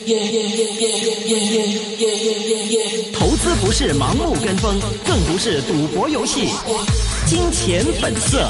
投资不是盲目跟风，更不是赌博游戏。金钱本色。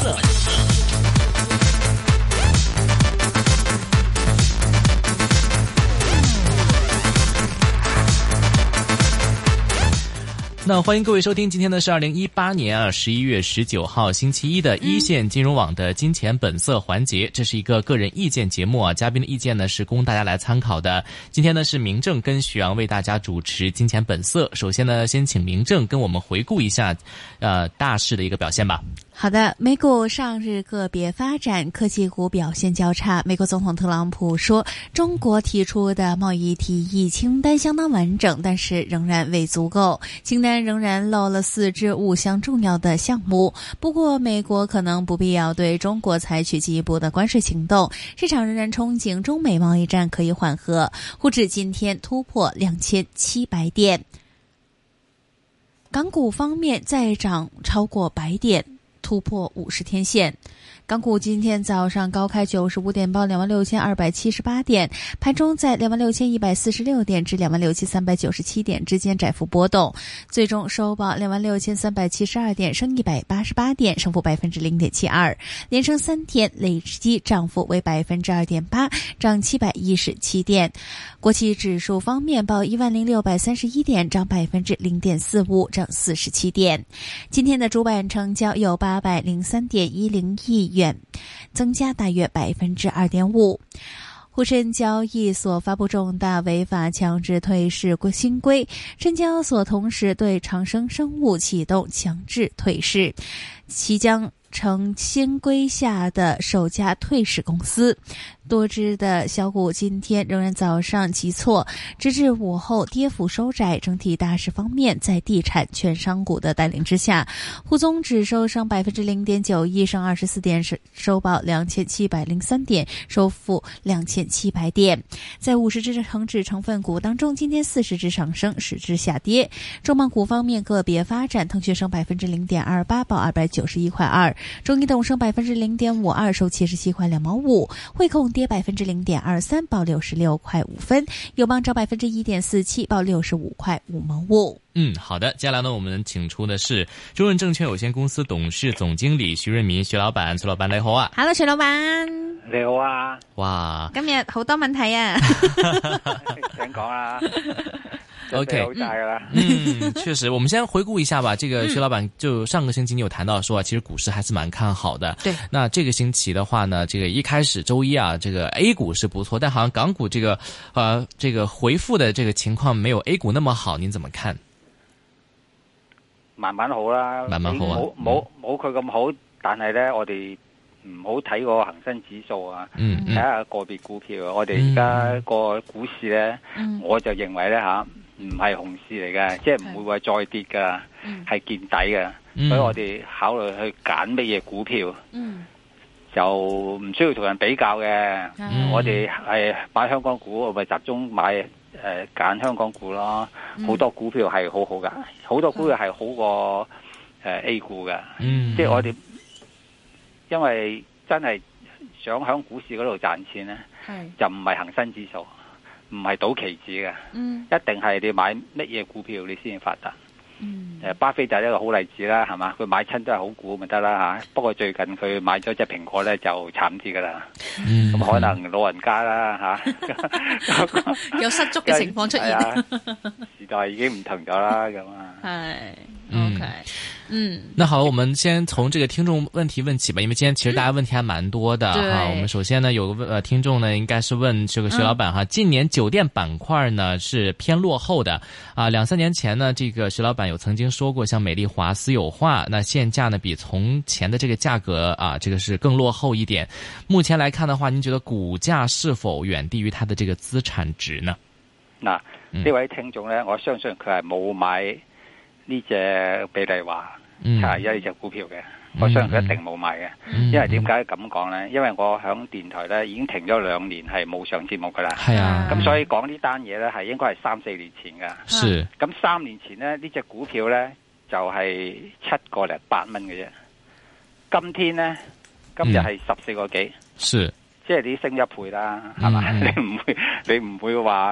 那欢迎各位收听今天的是2018年11月19号星期一的一线金融网的金钱本色环节。这是一个个人意见节目啊，嘉宾的意见呢是供大家来参考的。今天呢是明正跟许阳为大家主持金钱本色。首先呢先请明正跟我们回顾一下大势的一个表现吧。 好的，美股上日个别发展，科技股表现较差。美国总统特朗普说，中国提出的贸易提议清单相当完整，但是仍然未足够，清单仍然漏了4至5项重要的项目。不过，美国可能不必要对中国采取进一步的关税行动，市场仍然憧憬中美贸易战可以缓和。沪指今天突破2700点，港股方面再涨超过100点。突破50天线，港股今天早上高开95点，报26,278点，盘中在26,146点至26,397点之间窄幅波动，最终收报26,372点，升188点，升幅0.72%，连升3天，累计涨幅为2.8%，涨717点。国企指数方面报10,631点，涨0.45%，涨47点。今天的主板成交有803.10亿元，增加大约2.5%。沪深交易所发布重大违法强制退市新规，深交所同时对长生生物启动强制退市，其将成新规下的首家退市公司。多只的小股今天仍然早上急挫，直至午后跌幅收窄。整体大势方面，在地产券商股的带领之下，沪综指收升0.91%，升24点，收报2703点，收复2700点。在50只恒指成分股当中，今天40只上升，10只下跌。重磅股方面个别发展，腾讯升0.28%，报291.2块，中移动升0.52%，收77块2毛5，汇控跌0.23%，报66块5分，友邦涨1.47%，报65块5毛5。 好的，接下来呢，我们请出的是中润证券有限公司董事总经理徐润民，徐老闆，徐老闆你好啊。 Hello， 徐老闆。 你好啊。 哇， 今日好多問題啊。 請講啦。 OK， 确实，我们先回顾一下吧。这个徐老板就上个星期你有谈到说，其实股市还是蛮看好的。 对。 那这个星期的话呢，这个一开始周一啊，这个 A 股是不错，但好像港股这个回复的这个情况没有 A 股那么好，您怎么看？ 慢慢好啦， 慢慢好啊。 冇佢咁好，但係咧，我哋唔好睇個恒生指數啊，睇下個別股票。我哋而家個股市咧，我就認為咧唔係熊市嚟嘅，即係唔會話再跌噶，係見底嘅。所以我哋考慮去揀乜嘢股票，就唔需要同人比較嘅。我哋係買香港股，我咪集中買揀香港股咯。好多股票係好好噶，好多股票係好過A 股嘅。即係我哋因為真係想喺股市嗰度賺錢咧，就唔係恒生指數。唔係賭期指嘅，一定係你買乜嘢股票你先至發達。巴菲特一個好例子啦，係嘛？佢買親都係好股咪得啦嚇。不過最近佢買咗隻蘋果咧就慘啲噶啦。咁可能老人家啦嚇， 有失足嘅情況出現。 時代已經唔同咗啦咁啊。 係 OK。 那好，我们先从这个听众问题问起吧，因为今天其实大家问题还蛮多的哈。我们首先呢有个听众呢应该是问这个徐老板哈，近年酒店板块呢是偏落后的啊。2-3年前呢，这个徐老板有曾经说过，像美丽华、私有化，那现价呢比从前的这个价格啊，这个是更落后一点。目前来看的话，您觉得股价是否远低于它的这个资产值呢？ 嗱，呢位聽眾咧，我相信佢係冇買呢隻比麗華71呢隻股票嘅，我相信佢一定冇買嘅。因為點解咁講咧？因為我響電台咧已經停咗2年係冇上節目噶啦。係啊，咁所以講呢單嘢咧係應該係3-4年前噶。是。咁3年前咧呢隻股票咧就係7個零8蚊嘅啫。今天咧今日係14個幾。是。即係你升1倍啦，係嘛？你唔會話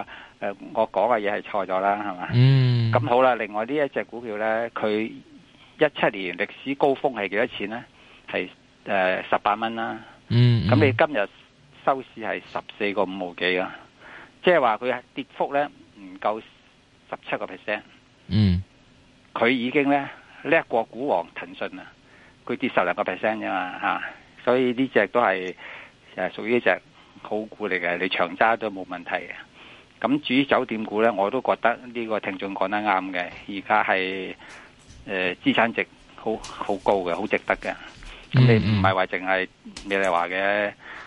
我講嘅嘢係錯咗啦，係嘛？咁好啦，另外呢一隻股票咧，佢17年歷史高峰係幾多錢咧？係18蚊啦。咁你今日收市係14個5毫幾啊？即係話佢跌幅咧唔夠17%。佢已經咧叻過股王騰訊啊！佢跌12%啫嘛嚇，所以呢隻都係屬於一隻好股嚟嘅，你長揸都冇問題嘅。咁至於酒店股咧，我都覺得呢個聽眾講得啱嘅，而家係資產值好高嘅，好值得嘅。咁你唔係話淨係美麗華嘅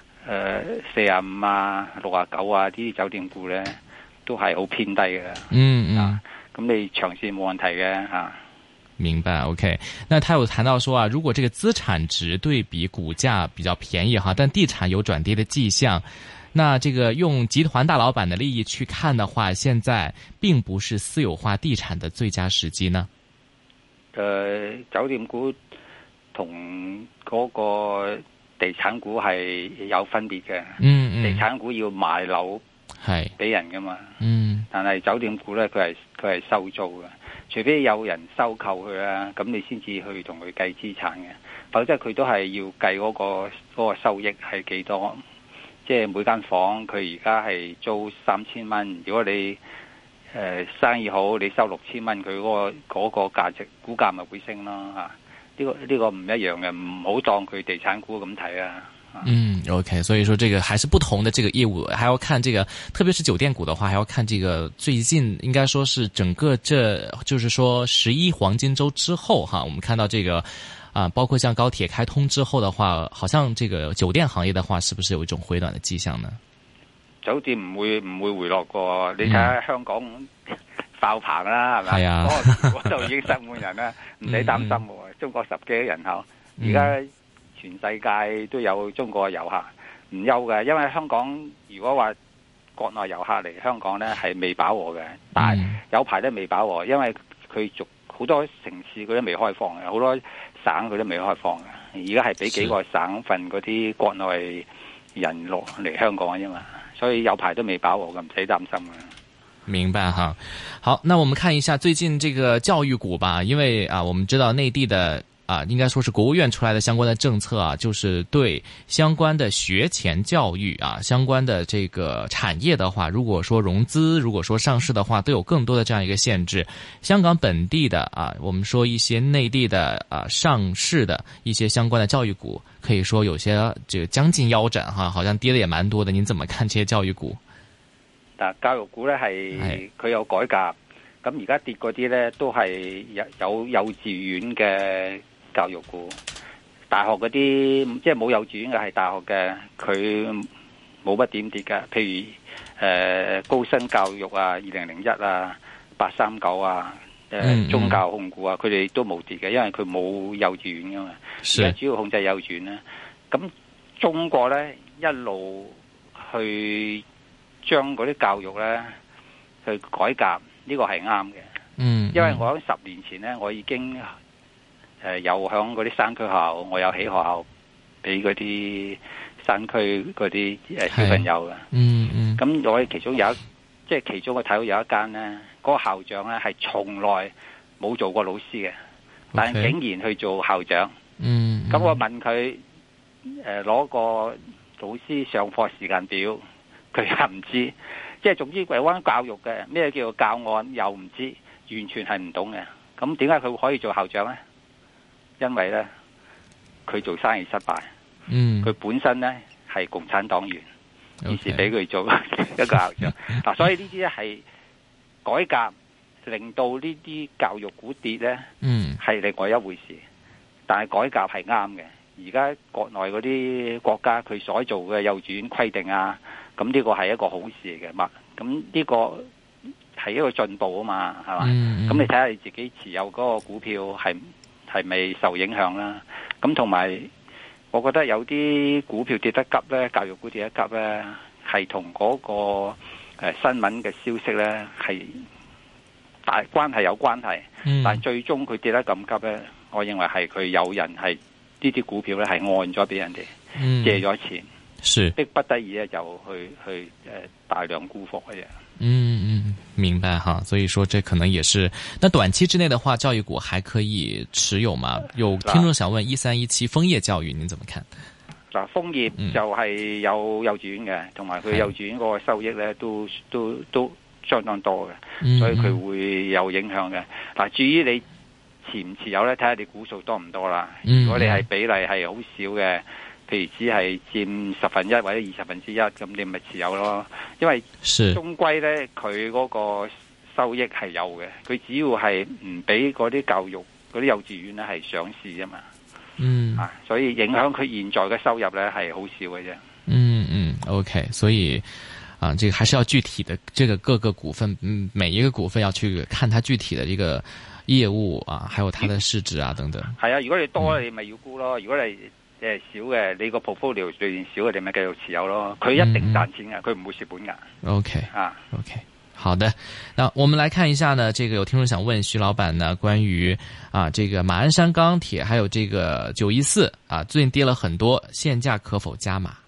45啊、69啊啲酒店股咧，都係好偏低嘅。咁你長線冇問題嘅嚇。 明白 ，OK。那他有談到說啊，如果這個資產值對比股價比較便宜哈，但地產有轉跌的跡象，那這個用集團大老闆的利益去看的話，現在並不是私有化地產的最佳時機呢？ 酒店股同嗰個地產股係有分別嘅。地產股要賣樓係俾人噶嘛。但係酒店股咧，佢係收租嘅。除非有人收購佢啦，咁你先至去同佢計資產嘅，否則佢都係要計嗰個收益係幾多。即係每間房佢而家係租3000蚊，如果你生意好，你收6000蚊，佢嗰個價值股價咪會升咯嚇。呢個唔一樣嘅，唔好當佢地產股咁睇啊。 OK， 所以說這個還是不同的這個業務，還要看這個，特別是酒店股的話，還要看這個最近應該說是整個就是說11黃金周之後哈，我們看到這個包括像高鐵開通之後的話，好像這個酒店行業的話，是不是有一種回暖的跡象呢？ 酒店唔會回落過，你睇下香港爆棚啦，係咪？係啊，嗰度已經塞滿人啦，唔使擔心喎。中國10幾億人口，而家全世界都有中國遊客，唔憂嘅，因為香港如果話國內遊客嚟香港呢係未飽和嘅，但係有排都未飽和，因為佢好多城市佢都未開放嘅，好多省佢都未開放嘅，而家係俾幾個省份嗰啲國內人落嚟香港啫嘛，所以有排都未飽和嘅，唔使擔心嘅。 明白哈，好，那我們看一下最近這個教育股吧，因為我們知道內地的應該說是國務院出來的相關的政策啊，就是對相關的學前教育相關的這個產業的話，如果說融資，如果說上市的話，都有更多的這樣一個限制。香港本地的我們說一些內地的上市的一些相關的教育股，可以說有些這個將近腰斬哈，好像跌得也蠻多的。您怎麼看這些教育股？ 嗱，教育股咧係佢有改革，咁而家跌嗰啲咧都係有幼稚園嘅教育股，大學嗰啲即係冇幼稚園嘅係大學嘅，佢冇乜點跌嘅。譬如高新教育啊、2001啊、839啊、中教控股啊，佢哋都冇跌嘅，因為佢冇幼稚園噶嘛。而家主要控制幼稚園咧，咁中國咧一路去將嗰啲教育咧去改革，呢個係啱嘅。因為我喺10年前咧，我已經有響嗰啲山區學校，我有起學校俾嗰啲山區嗰啲小朋友嘅。咁我其中其中我睇到有一間咧，嗰個校長咧係從來冇做過老師嘅，但係竟然去做校長。咁我問佢攞個老師上課時間表，佢又唔知，即係總之關於教育嘅咩叫做教案又唔知，完全係唔懂嘅。咁點解佢可以做校長呢？因為呢，佢做生意失敗，佢本身呢係共產黨員，於是俾佢做一個校長。嗱，所以呢啲係改革令到呢啲教育股跌呢，係另外一回事。但係改革係啱嘅。而家國內嗰啲國家佢所做嘅幼稚園規定啊，咁呢個係一個好事嚟嘅嘛。咁呢個係一個進步啊嘛，係嘛？咁你睇下你自己持有嗰個股票係咪受影響啦？咁同埋，我覺得有啲股票跌得急咧，教育股跌得急咧，係同嗰個新聞嘅消息咧係大關係有關係。但係最終佢跌得咁急咧，我認為係佢有人係呢啲股票咧係按咗俾人哋借咗錢，逼不得已咧就去大量沽貨嘅啫。 明白哈。所以說這可能也是，那短期之內的話，教育股還可以持有嗎？有聽眾想問1317楓葉教育，您怎麼看？ 嗱，楓葉就係有幼稚園嘅，同埋佢幼稚園嗰個收益咧都相當多嘅，所以佢會有影響嘅。嗱，至於你持唔持有咧，睇下你股數多唔多啦。如果你係比例係好少嘅，譬如只係佔1/10或者1/20，咁你咪持有咯。因為終歸咧，佢嗰個收益係有嘅，佢只要係唔俾嗰啲教育嗰啲幼稚園咧係上市啫嘛。所以影響佢現在嘅收入咧係好少嘅啫。 OK， 所以這個還是要具體的，這個各個股份，每一個股份要去看它具體的這個業務啊，還有它的市值啊等等。 係啊，如果你多你咪要沽咯，如果你少嘅，你個 portfolio 裏面少嘅，你咪繼續持有咯。佢一定賺錢嘅，佢唔會蝕本噶。 OK， 好的。那我們來看一下呢，這個有聽眾想問徐老闆呢，關於這個馬鞍山鋼鐵，還有這個914最近跌了很多，現價可否加碼？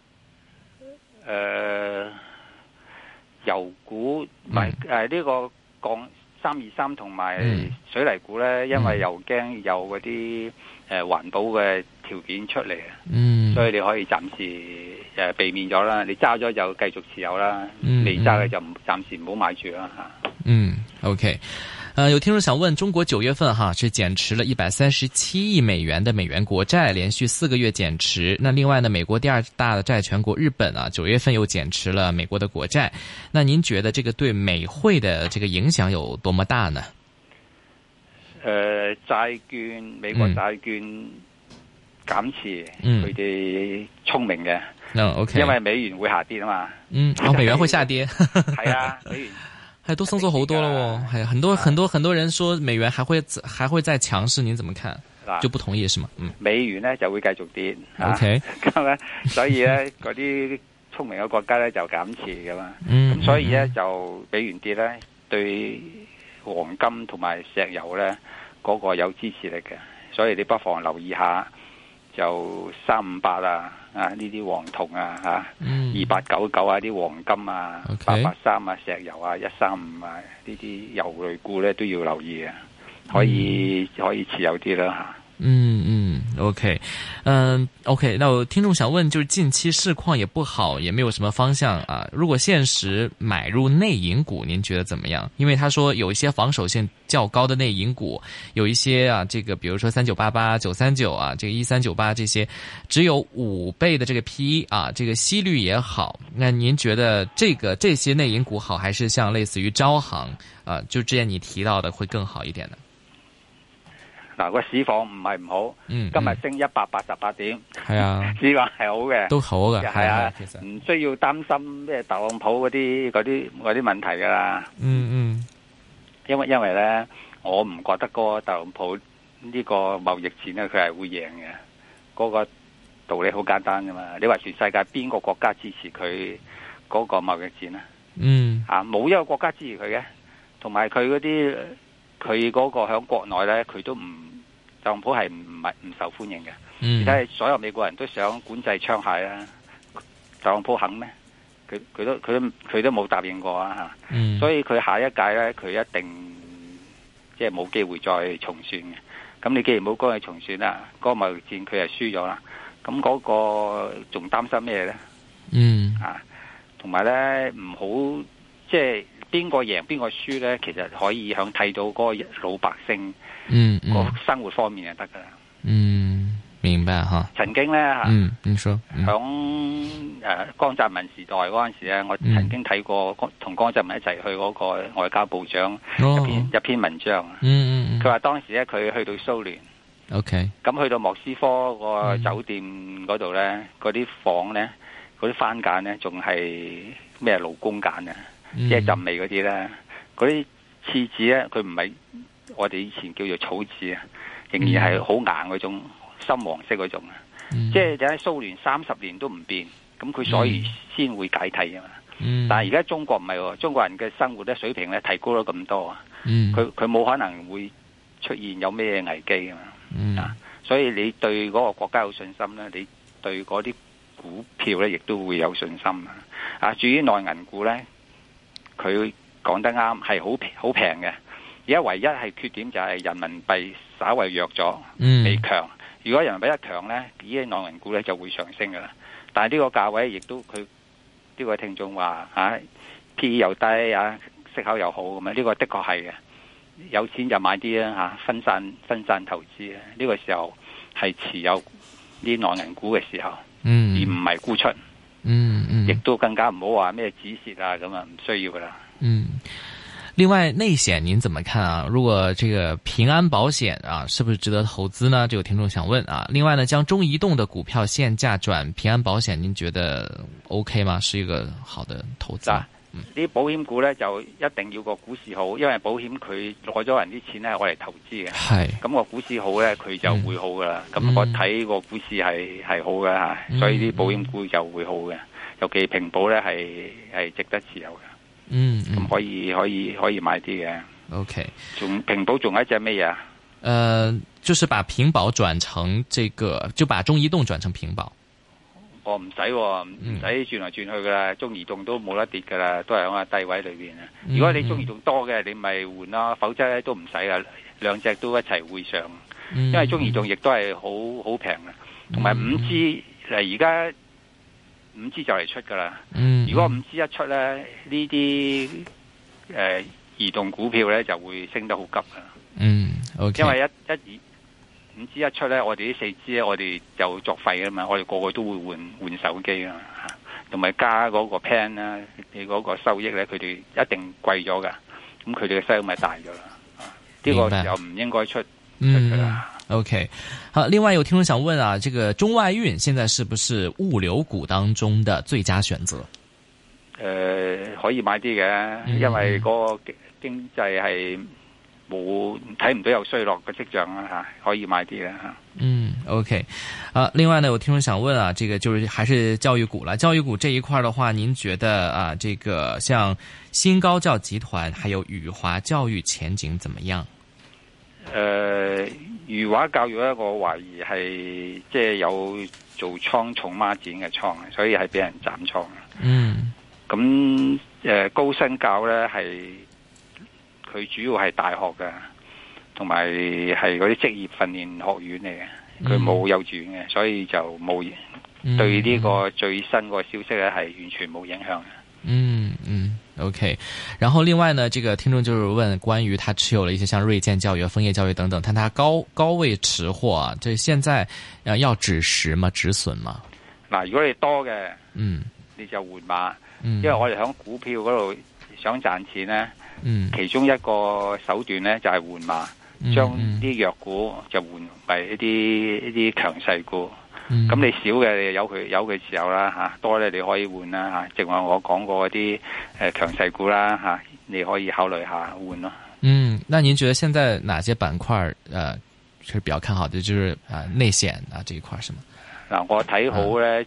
油股咪呢個鋼323同埋水泥股咧，因為又驚有嗰啲環保嘅條件出嚟所以你可以暫時避免咗啦。你揸咗就繼續持有啦，未揸嘅就暫時唔好買住啦吓。 OK。有聽眾想問，中國9月份是減持了137億美元的美元國債，連續4個月減持。那另外呢，美國第二大的債權國日本9月份又減持了美國的國債。那您覺得這個對美匯的這個影響有多麼大呢？ 債券美國債券減持，佢哋聰明嘅。 OK， 因為美元會下跌啊嘛。 美元會下跌。 係啊，美元。 都收縮好多了很多人說美元還會再強勢，您怎麼看？就不同意是嗎？ 美元呢就會繼續跌。 OK， 咁咧，所以咧嗰啲聰明嘅國家咧就減持噶嘛。咁所以咧就美元跌咧，對黃金同埋石油咧嗰個有支持力嘅，所以你不妨留意下，就358呢啲黃銅2899啲黃金883石油135呢啲油類股咧都要留意嘅，可以持有啲啦 OK， OK， 那我聽眾想問，就是近期市況也不好，也沒有什麼方向如果現時買入內銀股，您覺得怎麼樣？因為他說有一些防守性較高的內銀股，有一些這個比如說3988、939這個1398這些，只有5倍的這個 PE 這個息率也好。那您覺得這些內銀股好，還是像類似於招行就之前你提到的會更好一點呢？ 嗱，個市況唔係唔好，今日升188點， 係啊， 市況係好嘅， 都好嘅， 係啊，其實唔需要擔心咩特朗普嗰啲問題噶啦，因為咧，我唔覺得嗰個特朗普呢個貿易戰咧，佢係會贏嘅，嗰個道理好簡單噶嘛，你話全世界邊個國家支持佢嗰個貿易戰啊？冇一個國家支持佢嘅，同埋佢嗰啲。佢嗰個喺國內咧，佢都特朗普係唔受歡迎嘅。而且所有美國人都想管制槍械啦，特朗普肯咩？佢都冇答應過啊！所以佢下一屆咧，佢一定即係冇機會再重選嘅。咁你既然冇機會重選啦，嗰個貿易戰佢係輸咗啦。咁嗰個仲擔心咩咧？同埋咧唔好即係。邊個贏邊個輸咧？其實可以響睇到嗰個老百姓個生活方面就得噶啦。 明白哈。 曾經咧你說響江澤民時代嗰陣時咧，我曾經睇過同江澤民一齊去嗰個外交部長一篇文章。佢話當時咧佢去到蘇聯 ，OK， 咁去到莫斯科個酒店嗰度咧，嗰啲房咧，嗰啲番梘咧，仲係咩勞工梘啊？即係陣味嗰啲咧，嗰啲廁紙咧，佢唔係我哋以前叫做草紙啊，仍然係好硬嗰種深黃色嗰種啊。即係喺蘇聯30年都唔變，咁佢所以先會解體啊嘛。但係而家中國唔係喎，中國人嘅生活咧水平咧提高咗咁多啊。佢冇可能會出現有咩危機啊嘛。所以你對嗰個國家有信心咧，你對嗰啲股票咧亦都會有信心啊。至於內銀股咧。 佢講得啱，係好平嘅。而家唯一係缺點就係人民幣稍微弱咗，未強。如果人民幣一強呢，呢啲內銀股呢就會上升噶啦。但係呢個價位亦都佢呢個聽眾話P/E 又低息口又好咁樣，呢個的確係嘅。有錢就買啲啦分散投資啊。呢個時候係持有啲內銀股嘅時候，而唔係沽出。亦都更加唔好話咩止蝕咁啊，唔需要噶啦。 另外內險您怎麼看啊？如果這個平安保險是不是值得投資呢？這個聽眾想問另外呢，將中移動的股票現價轉平安保險，您覺得 OK 嗎？是一個好的投資？ 啲保險股呢，就一定要個股市好，因為保險佢攞咗人啲錢呢，我嚟投資嘅。係咁個股市好呢，佢就會好噶啦。咁我睇個股市係好嘅所以啲保險股就會好嘅。尤其平保呢，係值得持有嘅。咁可以買啲嘅。OK， 平保仲有一隻咩嘢？ 就是把平保轉成就把中移動轉成平保。 唔使轉來轉去噶啦，中移動都冇得跌噶啦，都係喺個低位裏邊啊。如果你中移動多嘅，你咪換啦，否則咧都唔使啦，兩隻都一齊會上。因為中移動亦都係好平嘅，同埋5G而家5G就嚟出噶啦。如果5G一出咧，呢啲移動股票咧就會升得好急噶。 OK， 因為5G一出咧，我哋啲4G咧，我哋就作廢噶嘛，我哋個個都會換手機啊，同埋加嗰個 plan 啦，你嗰個收益咧，佢哋一定貴咗噶，咁佢哋嘅收益咪大咗啦。呢個時候唔應該出噶啦。 OK， 好。另外有聽眾想問這個中外運現在是不是物流股當中的最佳選擇？ 可以買啲嘅，因為嗰個經濟係睇唔到有衰落嘅跡象啦可以買啲嘅 OK， 另外呢，有聽眾想問這個就是還是教育股啦。教育股這一塊的話，您覺得這個像新高教集團還有宇華教育前景怎麼樣？ 宇華教育咧，我懷疑係即係有做倉重孖展嘅倉，所以係俾人斬倉。咁高新教咧係。佢主要係大學嘅，同埋係嗰啲職業訓練學院嚟嘅，佢冇幼稚園嘅，所以就冇對呢個最新個消息咧係完全冇影響嘅。 OK。然後另外呢，這個聽眾就是問關於他持有了一些像瑞建教育、楓葉教育等等，但他高位持貨，這現在要止蝕嗎？止損嗎？ 嗱，如果你多嘅，你就換碼，因為我哋喺股票嗰度想賺錢咧。其中一個手段咧就係換碼，將啲弱股就換為一啲強勢股。咁你少嘅你有佢持有啦多咧你可以換啦正話我講過嗰啲強勢股啦你可以考慮下換咯。 那您覺得現在哪些板塊是比較看好的？就是內險這一塊是嗎？ 嗱，我睇好咧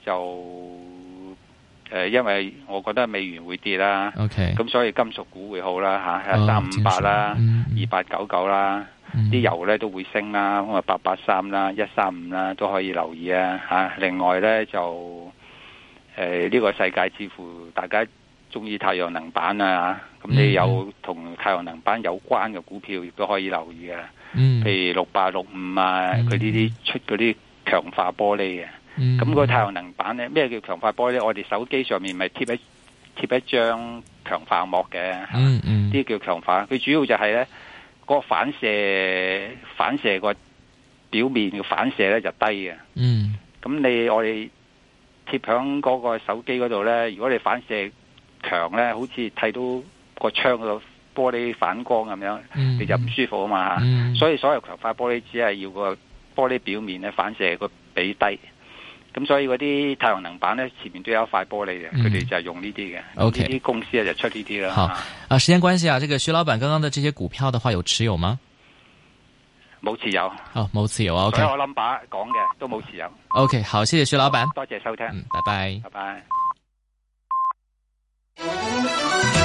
因為我覺得美元會跌啦，咁所以金屬股會好啦358啦，2899啦，啲油咧都會升啦，咁883啦，135啦都可以留意另外咧就呢個世界似乎大家中意太陽能板咁你有同太陽能板有關嘅股票亦都可以留意譬如6865佢呢啲出嗰啲強化玻璃嘅。咁個太陽能板咧，咩叫強化玻璃？我哋手機上面咪貼一張強化膜嘅，呢叫強化。佢主要就係咧，個反射個表面嘅反射咧就低嘅。咁我哋貼響嗰個手機嗰度咧，如果你反射強咧，好似睇到個窗嗰度玻璃反光咁樣，你就唔舒服啊嘛。所以所有強化玻璃只係要個玻璃表面咧反射個比低。咁所以嗰啲太陽能板咧，前面都有一塊玻璃嘅，佢哋就係用呢啲嘅。OK，呢啲公司就出呢啲啦。 好，時間關係這個徐老闆剛剛的這些股票的話，有持有嗎？ 冇持有。 冇持有。OK， 所以我諗把講嘅都冇持有。 OK， 好，謝謝徐老闆。 多謝收聽。 拜拜。 拜拜。